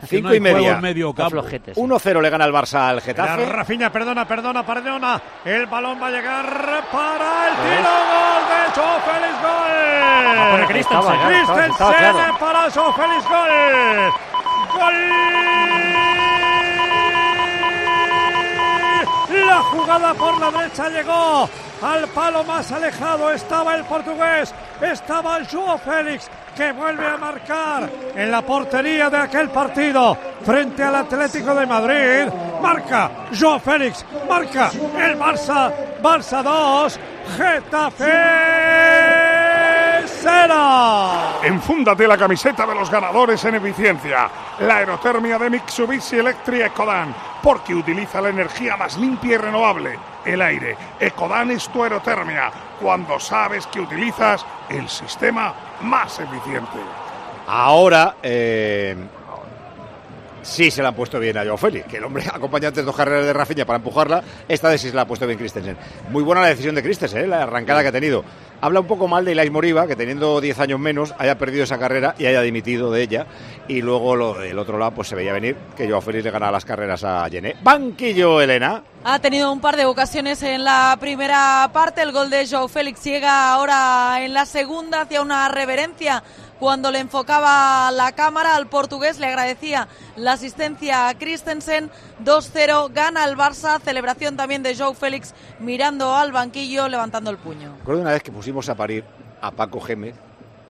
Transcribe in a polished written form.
5:30. Medio campo. 1-0 le gana el Barça al Getafe. Rafinha, perdona. El balón va a llegar para el tiro. Gol de Joao Félix. Gol. Christensen para Joao Félix. Gol. La jugada por la derecha llegó al palo más alejado. Estaba el portugués, estaba Joao Félix, que vuelve a marcar en la portería de aquel partido frente al Atlético de Madrid. Marca Joao Félix, marca el Barça. Barça 2, Getafe 0. Enfúndate la camiseta de los ganadores en eficiencia. La aerotermia de Mitsubishi Electric Ecodan, porque utiliza la energía más limpia y renovable, el aire. Ecodan es tu aerotermia, cuando sabes que utilizas el sistema más eficiente. Ahora, sí se la han puesto bien a Joao Félix, que el hombre acompaña antes 2 carreras de Rafinha para empujarla. Esta vez sí se la ha puesto bien Christensen. Muy buena la decisión de Christensen, la arrancada que ha tenido. Habla un poco mal de Ilais Moriba, que teniendo 10 años menos haya perdido esa carrera y haya dimitido de ella. Y luego lo del otro lado pues se veía venir que Joao Félix le ganaba las carreras a Gené. Banquillo, Elena. Ha tenido un par de ocasiones en la primera parte. El gol de Joao Félix llega ahora en la segunda, hacia una reverencia cuando le enfocaba la cámara al portugués. Le agradecía la asistencia a Christensen. 2-0, gana el Barça. Celebración también de Joao Félix mirando al banquillo, levantando el puño. Recuerdo una vez que pusimos a parir a Paco Gémez